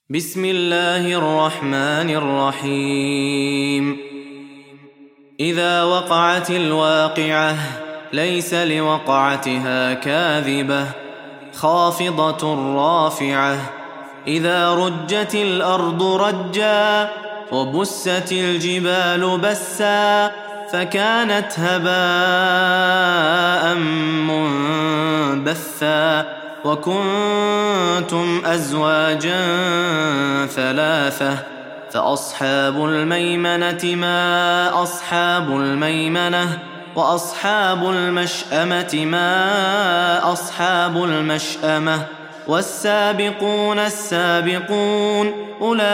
بسم الله الرحمن الرحيم. إذا وقعت الواقعة ليس لوقعتها كاذبة خافضة رافعة. إذا رجت الأرض رجا وبست الجبال بسا فكانت هباء منبثا وكنتم أزواجا ثلاثة فأصحاب الميمنة ما أصحاب الميمنة وأصحاب المشأمة ما أصحاب المشأمة والسابقون السابقون أولئك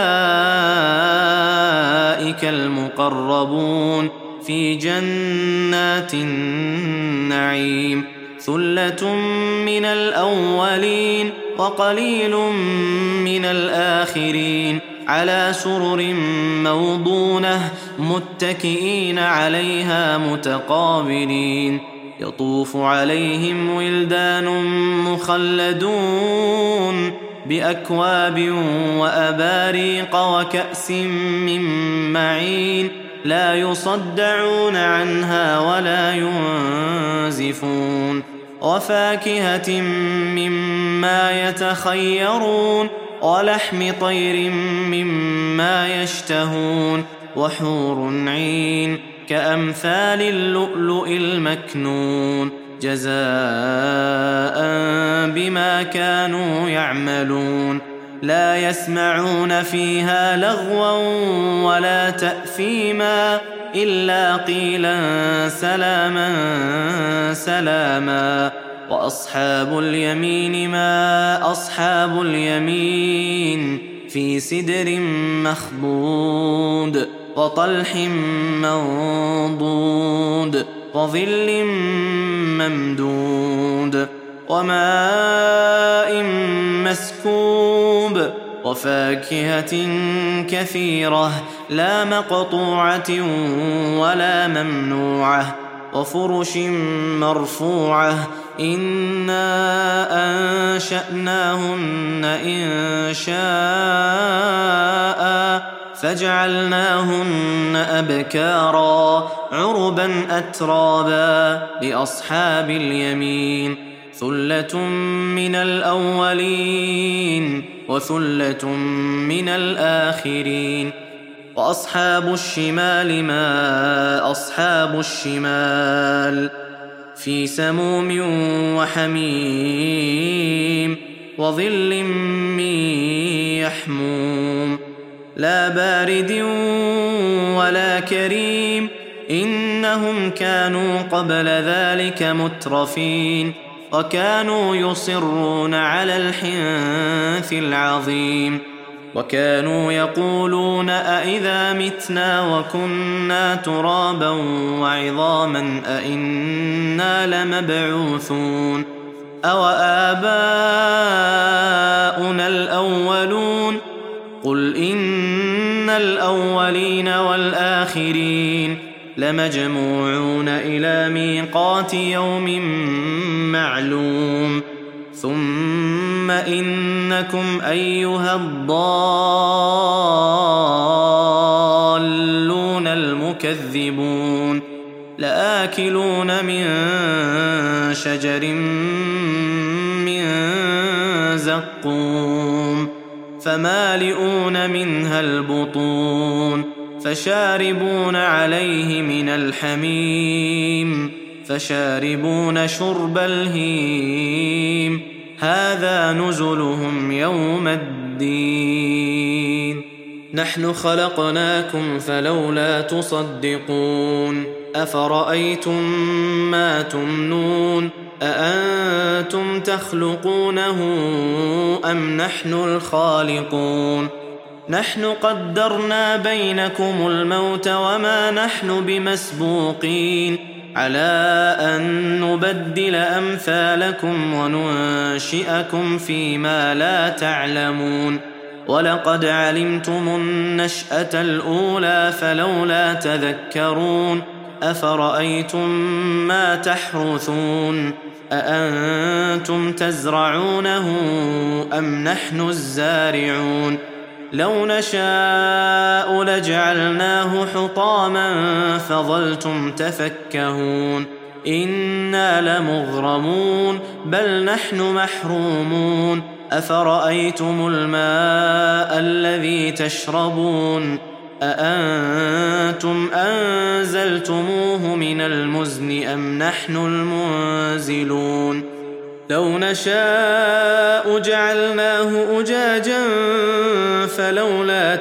المقربون في جنات النعيم. ثلة من الأولين وقليل من الآخرين على سرر موضونة متكئين عليها متقابلين. يطوف عليهم ولدان مخلدون بأكواب وأباريق وكأس من معين لا يصدعون عنها ولا ينزفون. وفاكهة مما يتخيرون ولحم طير مما يشتهون وحور عين كأمثال اللؤلؤ المكنون جزاء بما كانوا يعملون. لا يسمعون فيها لغوا ولا تأثيما إلا قيلا سلاما سلاما. وأصحاب اليمين ما أصحاب اليمين في سدر مخضود وطلح منضود وظل ممدود وماء مسكوب وفاكهة كثيرة لا مقطوعة ولا ممنوعة وفرش مرفوعة. إنا أنشأناهن إنشاء فجعلناهن أبكارا عربا أترابا لأصحاب اليمين. ثلة من الأولين وثلة من الآخرين. وأصحاب الشمال ما أصحاب الشمال في سموم وحميم وظل من يحموم لا بارد ولا كريم. إنهم كانوا قبل ذلك مترفين وكانوا يصرون على الحنث العظيم وكانوا يقولون أئذا متنا وكنا ترابا وعظاما أئنا لمبعوثون أو آباؤنا الأولون قل إن الأولين والآخرين لمجموعون إلى ميقات يوم معلوم. ثم إنكم أيها الضالون المكذبون لآكلون من شجر من زقوم فمالئون منها البطون فشاربون عليه من الحميم فشاربون شرب الهيم هذا نزلهم يوم الدين. نحن خلقناكم فلولا تصدقون. أفرأيتم ما تمنون أأنتم تخلقونه أم نحن الخالقون. نحن قدرنا بينكم الموت وما نحن بمسبوقين على أن نبدل أمثالكم وننشئكم فيما لا تعلمون. ولقد علمتم النشأة الأولى فلولا تذكرون. أفرأيتم ما تحرثون أأنتم تزرعونه أم نحن الزارعون لو نشاء لجعلناه حطاما فظلتم تفكهون إنا لمغرمون بل نحن محرومون أفرأيتم الماء الذي تشربون أأنتم أنزلتموه من المزن أم نحن المنزلون لو نشاء جعلناه أجاجا فلولا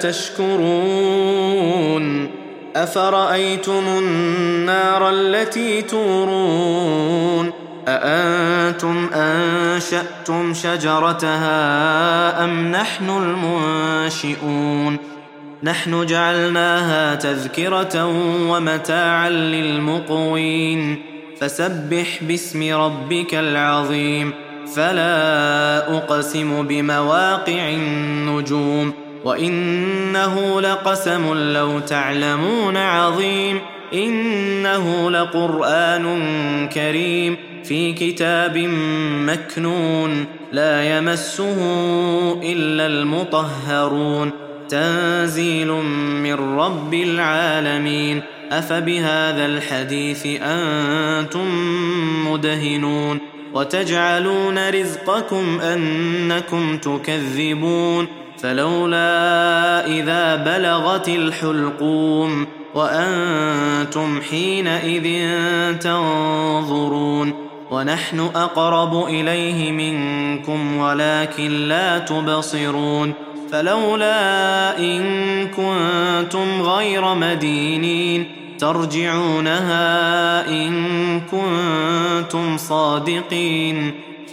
تشكرون أفرأيتم النار التي تورون أأنتم أنشأتم شجرتها أم نحن المنشئون نحن جعلناها تذكرة ومتاعا للمقوين فسبح باسم ربك العظيم فلا أقسم بمواقع النجوم وإنه لقسم لو تعلمون عظيم إنه لقرآن كريم في كتاب مكنون لا يمسه إلا المطهرون تنزيل من رب العالمين أفبهذا الحديث أنتم مدهنون وتجعلون رزقكم أنكم تكذبون فلولا إذا بلغت الحلقوم وأنتم حينئذ تنظرون ونحن أقرب إليه منكم ولكن لا تبصرون فلولا إن كنتم غير مدينين ترجعونها إن كنتم صادقين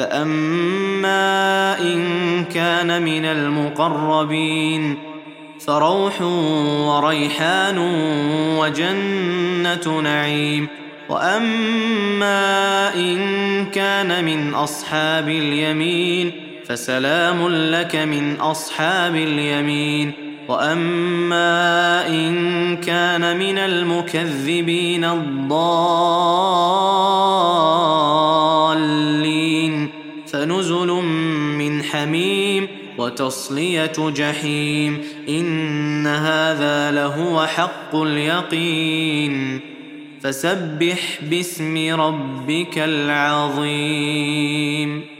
فأما إن كان من المقربين فروح وريحان وجنة نعيم وأما إن كان من أصحاب اليمين فسلام لك من أصحاب اليمين وأما إن كان من المكذبين الضالين فنزل من حميم وتصلية جحيم إن هذا لهو حق اليقين فسبح باسم ربك العظيم